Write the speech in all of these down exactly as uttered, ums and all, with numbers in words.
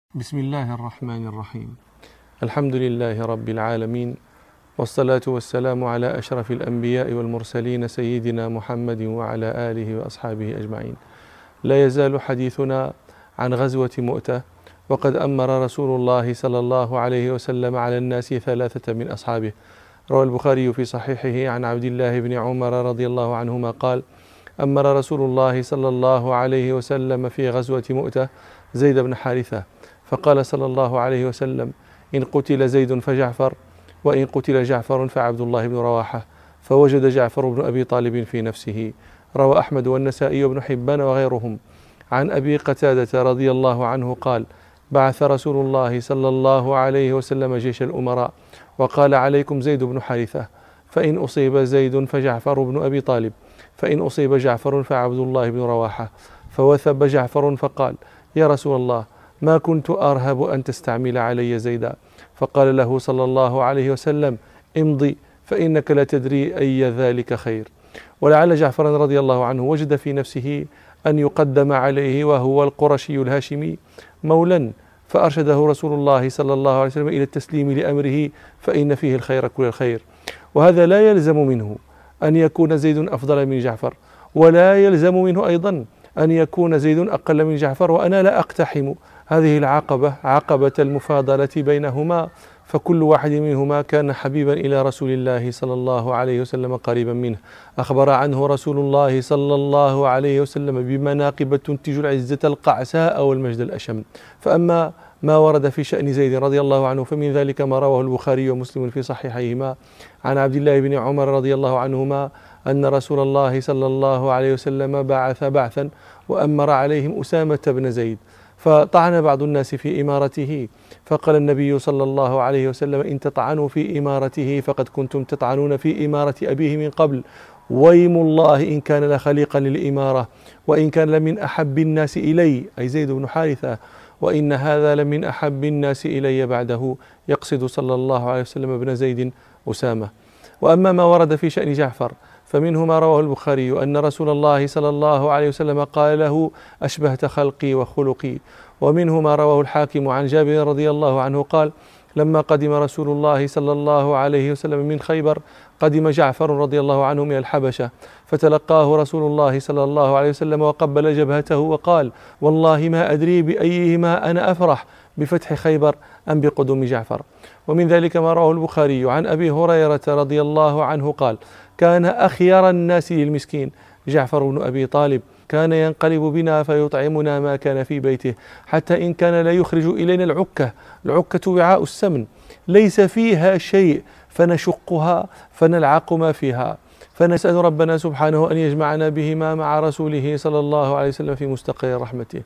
بسم الله الرحمن الرحيم. الحمد لله رب العالمين، والصلاة والسلام على أشرف الأنبياء والمرسلين سيدنا محمد وعلى آله وأصحابه أجمعين. لا يزال حديثنا عن غزوة مؤتة، وقد أمر رسول الله صلى الله عليه وسلم على الناس ثلاثة من أصحابه. روى البخاري في صحيحه عن عبد الله بن عمر رضي الله عنهما قال: أمر رسول الله صلى الله عليه وسلم في غزوة مؤتة زيد بن حارثة، فقال صلى الله عليه وسلم: إن قتل زيد فجعفر، وإن قتل جعفر فعبد الله بن رواحة. فوجد جعفر بن أبي طالب في نفسه. روى أحمد والنسائي وابن حبان وغيرهم. عن أبي قتادة رضي الله عنه قال: بعث رسول الله صلى الله عليه وسلم جيش الأمراء، وقال: عليكم زيد بن حارثة، فإن أصيب زيد فجعفر بن أبي طالب، فإن أصيب جعفر فعبد الله بن رواحة. فوثب جعفر فقال: يا رسول الله، ما كنت أرهب أن تستعمل علي زيدا. فقال له صلى الله عليه وسلم: امضي، فإنك لا تدري أي ذلك خير. ولعل جعفر رضي الله عنه وجد في نفسه أن يقدم عليه، وهو القرشي الهاشمي مولا، فأرشده رسول الله صلى الله عليه وسلم إلى التسليم لأمره، فإن فيه الخير كل الخير. وهذا لا يلزم منه أن يكون زيد أفضل من جعفر، ولا يلزم منه أيضا أن يكون زيد أقل من جعفر. وأنا لا أقتحم هذه العقبة، عقبة المفاضلة بينهما، فكل واحد منهما كان حبيبا إلى رسول الله صلى الله عليه وسلم، قريبا منه. أخبر عنه رسول الله صلى الله عليه وسلم بمناقب تنتج العزة القعساء والمجد الأشم. فأما ما ورد في شأن زيد رضي الله عنه فمن ذلك ما رواه البخاري ومسلم في صحيحيهما عن عبد الله بن عمر رضي الله عنهما أن رسول الله صلى الله عليه وسلم بعث بعثا وأمر عليهم أسامة بن زيد، فطعن بعض الناس في إمارته، فقال النبي صلى الله عليه وسلم: إن تطعنوا في إمارته فقد كنتم تطعنون في إمارة أبيه من قبل، ويم الله إن كان لخليقا للإمارة، وإن كان لمن أحب الناس إلي، أي زيد بن حارثة، وإن هذا لمن أحب الناس إلي بعده، يقصد صلى الله عليه وسلم ابن زيد أسامة. وأما ما ورد في شأن جعفر فمنه ما رواه البخاري أن رسول الله صلى الله عليه وسلم قال له: أشبهت خلقي وخلقي. ومنه ما رواه الحاكم عن جابر رضي الله عنه قال: لما قدم رسول الله صلى الله عليه وسلم من خيبر، قدم جعفر رضي الله عنه من الحبشة، فتلقاه رسول الله صلى الله عليه وسلم وقبل جبهته وقال: والله ما أدري بأيهما أنا أفرح، بفتح خيبر أم بقدوم جعفر. ومن ذلك ما رواه البخاري عن أبي هريرة رضي الله عنه قال: كان أخير الناس للمسكين جعفر بن أبي طالب، كان ينقلب بنا فيطعمنا ما كان في بيته، حتى إن كان لا يخرج إلينا العكة، العكة وعاء السمن ليس فيها شيء، فنشقها فنلعق ما فيها، فنسأل ربنا سبحانه أن يجمعنا بهما مع رسوله صلى الله عليه وسلم في مستقر رحمته.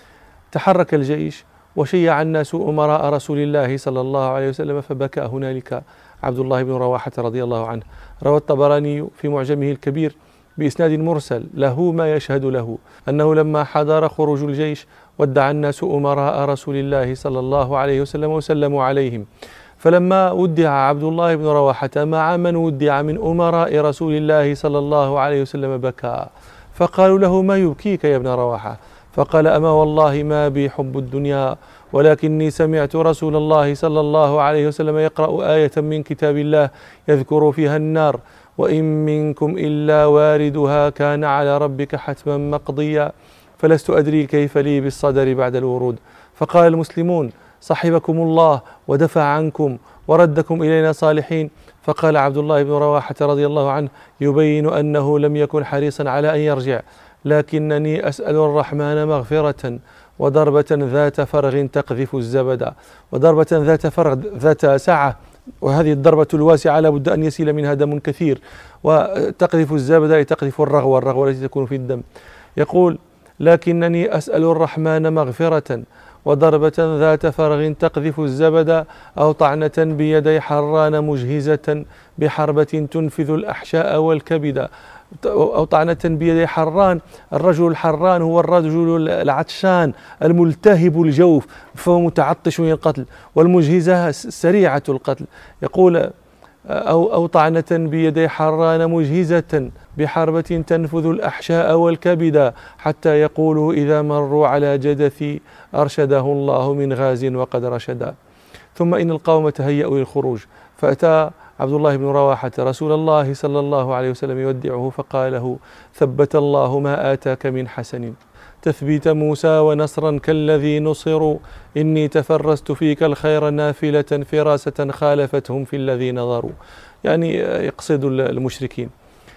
تحرك الجيش وشيع الناس أمراء رسول الله صلى الله عليه وسلم، فبكى هنالك عبد الله بن رواحة رضي الله عنه. روى الطبراني في معجمه الكبير بإسناد مرسل له ما يشهد له أنه لما حضر خروج الجيش ودع الناس أمراء رسول الله صلى الله عليه وسلم وسلموا عليهم، فلما ودع عبد الله بن رواحة مع من ودع من أمراء رسول الله صلى الله عليه وسلم بكى، فقالوا له: ما يبكيك يا ابن رواحة؟ فقال: أما والله ما بي حب الدنيا، ولكني سمعت رسول الله صلى الله عليه وسلم يقرأ آية من كتاب الله يذكر فيها النار: وإن منكم إلا واردها كان على ربك حتما مقضيا، فلست أدري كيف لي بالصدر بعد الورود. فقال المسلمون: صحبكم الله ودفع عنكم وردكم إلينا صالحين. فقال عبد الله بن رواحة رضي الله عنه يبين أنه لم يكن حريصا على أن يرجع: لكنني أسأل الرحمن مغفرة وضربة ذات فرغ تقذف الزبد، وضربة ذات فرغ ذات سعة، وهذه الضربة الواسعة لا بد أن يسيل منها دم كثير، وتقذف الزبد أي تقذف الرغوة، الرغوة التي تكون في الدم. يقول: لكنني أسأل الرحمن مغفرة وضربة ذات فرغ تقذف الزبد، أو طعنة بيدي حران مجهزة بحربة تنفذ الأحشاء والكبد. أو طعنة بيدي حران، الرجل الحران هو الرجل العطشان الملتهب الجوف فهو متعطش من القتل، والمجهزة سريعة القتل. يقول: أو أو طعنة بيدي حران مجهزة بحربة تنفذ الأحشاء والكبد حتى يقولوا إذا مروا على جدثي أرشده الله من غاز وقد رشدا. ثم إن القوم تهيأوا للخروج، فأتى عبد الله بن رواحة رسول الله صلى الله عليه وسلم يودعه فقال له: ثبت الله ما آتاك من حسن، تثبيت موسى ونصرا كالذي نصروا، إني تفرست فيك الخير نافلة فراسة خالفتهم في الذي نظروا، يعني يقصد المشركين.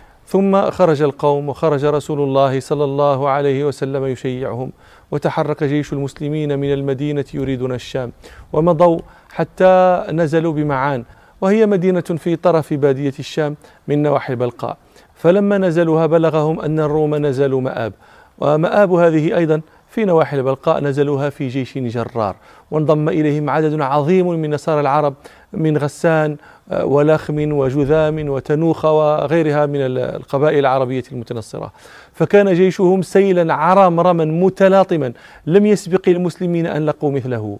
ثم خرج القوم وخرج رسول الله صلى الله عليه وسلم يشيعهم، وتحرك جيش المسلمين من المدينة يريدون الشام، ومضوا حتى نزلوا بمعان، وهي مدينة في طرف بادية الشام من نواحي البلقاء. فلما نزلوها بلغهم أن الروم نزلوا مآب، ومآب هذه أيضا في نواحي البلقاء، نزلوها في جيش جرار، وانضم إليهم عدد عظيم من نصارى العرب من غسان ولخم وجذام وتنوخ وغيرها من القبائل العربية المتنصرة. فكان جيشهم سيلا عرمرما متلاطما لم يسبق المسلمين أن لقوا مثله.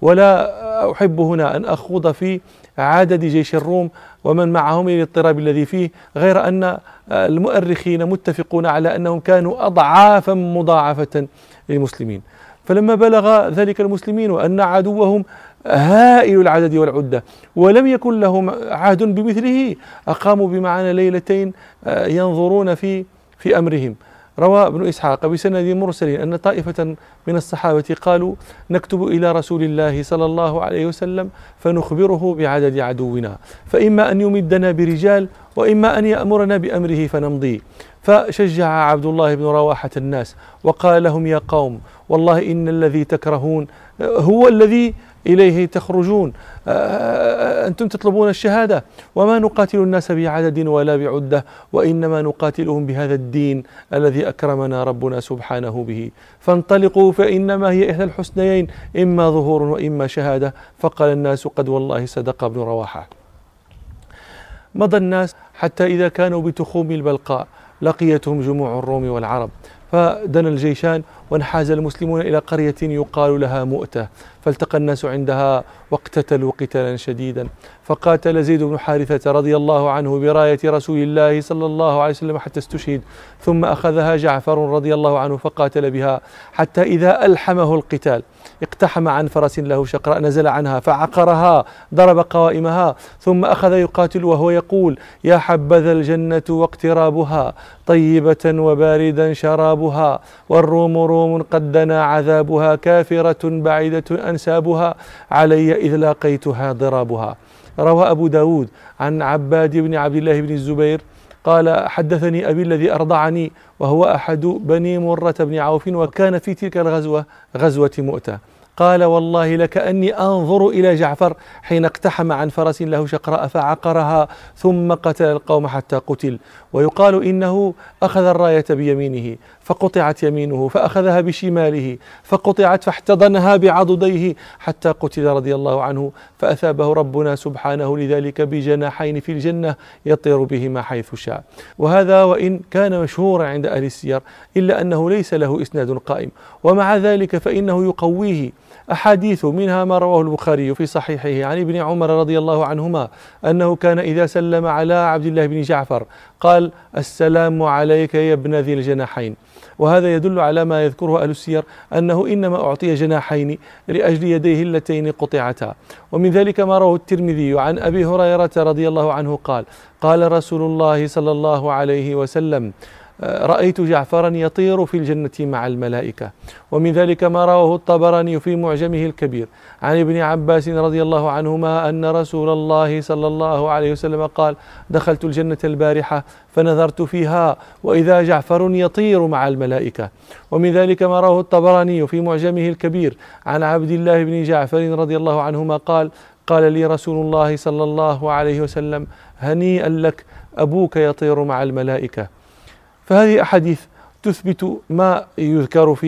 ولا أحب هنا أن أخوض في عدد جيش الروم ومن معهم للاضطراب الذي فيه، غير أن المؤرخين متفقون على أنهم كانوا أضعافا مضاعفة للمسلمين. فلما بلغ ذلك المسلمين وأن عدوهم هائل العدد والعدة ولم يكن لهم عهد بمثله، أقاموا بمعنا ليلتين ينظرون في في أمرهم. روى ابن إسحاق بسند مرسل أن طائفة من الصحابة قالوا: نكتب إلى رسول الله صلى الله عليه وسلم فنخبره بعدد عدونا، فإما أن يمدنا برجال وإما أن يأمرنا بأمره فنمضي. فشجع عبد الله بن رواحة الناس وقال لهم: يا قوم، والله إن الذي تكرهون هو الذي إليه تخرجون، أنتم تطلبون الشهادة، وما نقاتل الناس بعدد ولا بعدة، وإنما نقاتلهم بهذا الدين الذي أكرمنا ربنا سبحانه به، فانطلقوا فإنما هي إحدى الحسنيين، إما ظهور وإما شهادة. فقال الناس: قد والله صدق ابن رواحة. مضى الناس حتى إذا كانوا بتخوم البلقاء لقيتهم جموع الروم والعرب، فدنا الجيشان وانحاز المسلمون إلى قرية يقال لها مؤتة، فالتقى الناس عندها واقتتلوا قتالا شديدا، فقاتل زيد بن حارثة رضي الله عنه براية رسول الله صلى الله عليه وسلم حتى استشهد، ثم أخذها جعفر رضي الله عنه فقاتل بها حتى إذا ألحمه القتال اقتحم عن فرس له شقراء نزل عنها فعقرها ضرب قوائمها، ثم أخذ يقاتل وهو يقول: يا حبذا الجنة واقترابها، طيبة وباردا شرابها، والروم روم قد دنا عذابها، كافرة بعيدة أنسابها، علي إذ لاقيتها ضرابها. روى أبو داود عن عباد بن عبد الله بن الزبير قال: حدثني أبي الذي أرضعني وهو أحد بني مرة بن عوف، وكان في تلك الغزوة غزوة مؤتة، قال: والله لكأني أنظر إلى جعفر حين اقتحم عن فرس له شقراء فعقرها ثم قتل القوم حتى قتل. ويقال إنه أخذ الراية بيمينه فقطعت يمينه، فأخذها بشماله فقطعت، فاحتضنها بعضديه حتى قتل رضي الله عنه، فأثابه ربنا سبحانه لذلك بجناحين في الجنة يطير بهما حيث شاء. وهذا وإن كان مشهورا عند أهل السير إلا أنه ليس له إسناد قائم، ومع ذلك فإنه يقويه أحاديث، منها ما رواه البخاري في صحيحه عن ابن عمر رضي الله عنهما أنه كان إذا سلم على عبد الله بن جعفر قال: السلام عليك يا ابن ذي الجناحين. وهذا يدل على ما يذكره أهل السير أنه إنما أعطي جناحين لأجل يديه اللتين قطعتا. ومن ذلك ما رواه الترمذي عن أبي هريرة رضي الله عنه قال: قال رسول الله صلى الله عليه وسلم: رأيت جعفرا يطير في الجنة مع الملائكة. ومن ذلك ما رواه الطبراني في معجمه الكبير عن ابن عباس رضي الله عنهما أن رسول الله صلى الله عليه وسلم قال: دخلت الجنة البارحة فنظرت فيها وإذا جعفر يطير مع الملائكة. ومن ذلك ما رواه الطبراني في معجمه الكبير عن عبد الله بن جعفر رضي الله عنهما قال: قال لي رسول الله صلى الله عليه وسلم: هنيئا لك، أبوك يطير مع الملائكة. فهذه أحاديث تثبت ما يذكر في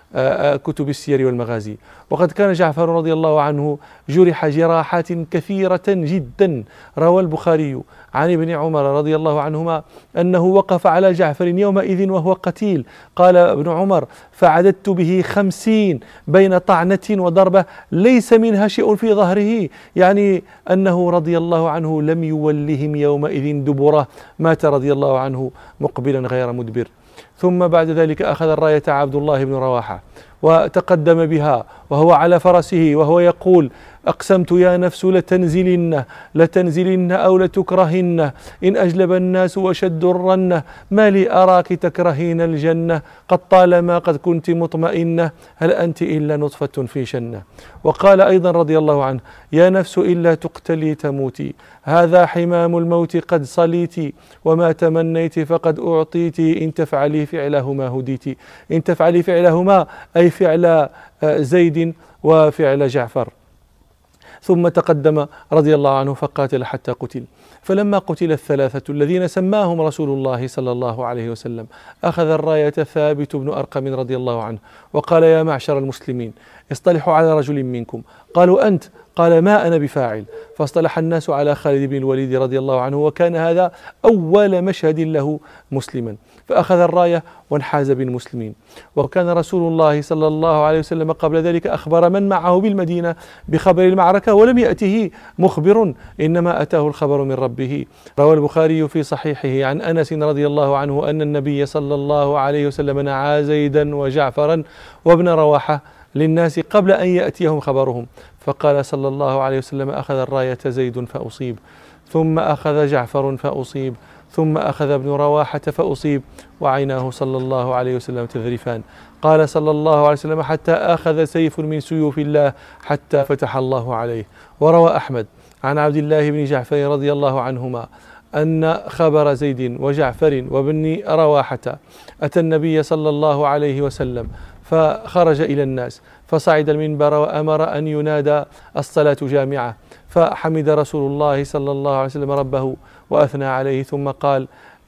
كتب السير والمغازي. وقد كان جعفر رضي الله عنه جرح جراحات كثيرة جدا. روى البخاري عن ابن عمر رضي الله عنهما أنه وقف على جعفر يومئذ وهو قتيل، قال ابن عمر: فعددت به خمسين بين طعنة وضربة ليس منها شيء في ظهره، يعني أنه رضي الله عنه لم يولهم يومئذ دبره، مات رضي الله عنه مقبلا غير مدبر. ثم بعد ذلك أخذ الراية عبد الله بن رواحة وتقدم بها وهو على فرسه وهو يقول: أقسمت يا نفس لتنزلن لتنزلن أو لتكرهن، إن أجلب الناس وشد الرنة، ما لي أراك تكرهين الجنة، قد طالما قد كنت مطمئنة، هل أنت إلا نطفة في شنة. وقال أيضا رضي الله عنه: يا نفس إلا تقتلي تموتي، هذا حمام الموت قد صليت، وما تمنيت فقد أعطيت، إن تفعلي فعلهما هديت. إن تفعلي فعلهما أي فعل زيد وفعل جعفر. ثم تقدم رضي الله عنه فقاتل حتى قتل. فلما قتل الثلاثة الذين سماهم رسول الله صلى الله عليه وسلم، أخذ الراية ثابت بن أرقم رضي الله عنه وقال: يا معشر المسلمين، اصطلحوا على رجل منكم. قالوا: أنت؟ قال: ما أنا بفاعل. فاصطلح الناس على خالد بن الوليد رضي الله عنه، وكان هذا أول مشهد له مسلما، فأخذ الراية وانحاز بالمسلمين. وكان رسول الله صلى الله عليه وسلم قبل ذلك أخبر من معه بالمدينة بخبر المعركة، ولم يأته مخبر، إنما أتاه الخبر من ربه. روى البخاري في صحيحه عن أنس رضي الله عنه أن النبي صلى الله عليه وسلم نعى زيدا وجعفرا وابن رواحة للناس قبل أن يأتيهم خبرهم، فقال صلى الله عليه وسلم: أخذ الراية زيد فأصيب، ثم أخذ جعفر فأصيب، ثم أخذ ابن رواحة فأصيب، وعيناه صلى الله عليه وسلم تذرفان. قال صلى الله عليه وسلم: حتى أخذ سيف من سيوف الله حتى فتح الله عليه. وروى أحمد عن عبد الله بن جعفر رضي الله عنهما أن خبر زيد وجعفر وابن رواحة أتى النبي صلى الله عليه وسلم، فخرج إلى الناس فصعد المنبر وأمر أن ينادى الصلاة جامعة، فحمد رسول الله صلى الله عليه وسلم ربه وأثنى عليه، ثم قال: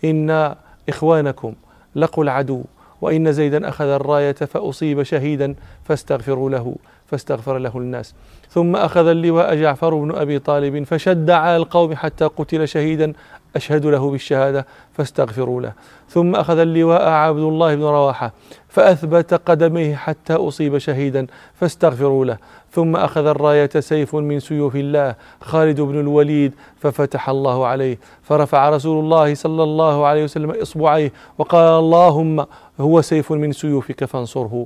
إن إخوانكم لقوا العدو، وإن زيدا أخذ الراية فأصيب شهيدا فاستغفروا له، فاستغفر له الناس. ثم أخذ اللواء جعفر بن أبي طالب فشد على القوم حتى قتل شهيدا، أشهد له بالشهادة فاستغفروا له. ثم أخذ اللواء عبد الله بن رواحة فأثبت قدميه حتى أصيب شهيدا فاستغفروا له. ثم أخذ الراية سيف من سيوف الله خالد بن الوليد ففتح الله عليه، فرفع رسول الله صلى الله عليه وسلم إصبعيه وقال: اللهم هو سيف من سيوفك فانصره.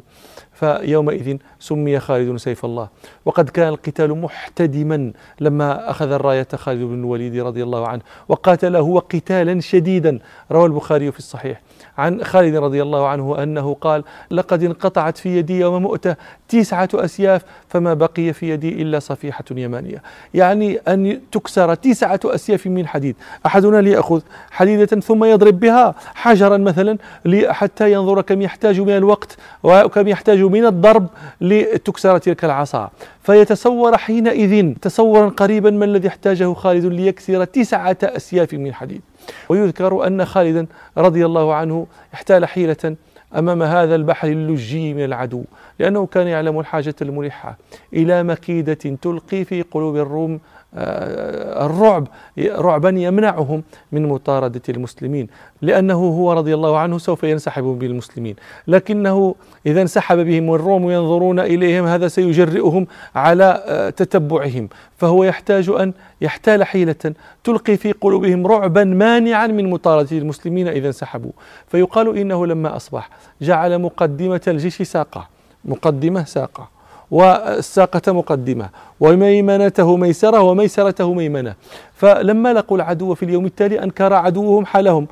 فيومئذ سمي خالد سيف الله. وقد كان القتال محتدما لما أخذ الراية خالد بن الوليد رضي الله عنه، وقاتله قتالا شديدا. روى البخاري في الصحيح عن خالد رضي الله عنه أنه قال: لقد انقطعت في يدي يوم مؤتة تسعة أسياف، فما بقي في يدي إلا صفيحة يمانية، يعني أن تكسر تسعة أسياف من حديد. أحدنا ليأخذ حديدة ثم يضرب بها حجرا مثلا حتى ينظر كم يحتاج من الوقت وكم يحتاج من الضرب لتكسر تلك العصا، فيتصور حينئذ تصورا قريبا ما الذي احتاجه خالد ليكسر تسعة أسياف من حديد. ويذكر أن خالدا رضي الله عنه احتال حيلة أمام هذا البحر اللجي من العدو، لأنه كان يعلم الحاجة الملحة إلى مكيدة تلقي في قلوب الروم الرعب رعبا يمنعهم من مطاردة المسلمين، لأنه هو رضي الله عنه سوف ينسحب بالمسلمين، لكنه إذا انسحب بهم والروم ينظرون إليهم هذا سيجرئهم على تتبعهم، فهو يحتاج أن يحتال حيلة تلقي في قلوبهم رعبا مانعا من مطاردة المسلمين إذا انسحبوا. فيقال إنه لما أصبح جعل مقدمة الجيش ساقة، مقدمة ساقة، والساقة مقدمة، وميمنته ميسرة، وميسرته ميمنة. فلما لقوا العدو في اليوم التالي أنكر عدوهم حالهم،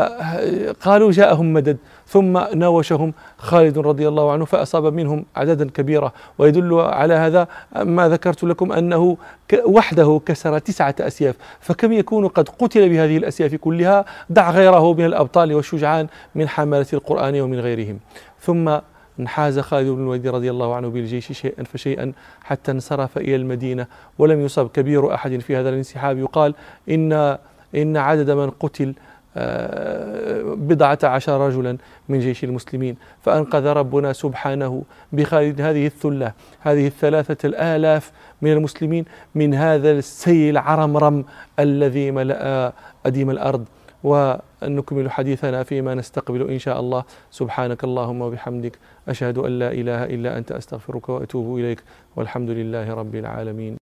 فقالوا جاءهم مدد، ثم ناوشهم خالد رضي الله عنه فأصاب منهم عددا كبيرة. ويدل على هذا ما ذكرت لكم أنه وحده كسر تسعة أسياف، فكم يكون قد قتل بهذه الأسياف كلها، دع غيره من الأبطال والشجعان من حملة القرآن ومن غيرهم. ثم انحاز خالد بن الوليد رضي الله عنه بالجيش شيئا فشيئا حتى انصرف إلى المدينة، ولم يصب كبير أحد في هذا الانسحاب. يقال إن إن عدد من قتل بضعة عشر رجلا من جيش المسلمين، فأنقذ ربنا سبحانه بخالد هذه الثلة، هذه الثلاثة الآلاف من المسلمين من هذا السيل العرمرم الذي ملأ أديم الأرض. ونكمل حديثنا فيما نستقبل إن شاء الله. سبحانك اللهم وبحمدك، أشهد أن لا إله إلا أنت، أستغفرك وأتوب إليك، والحمد لله رب العالمين.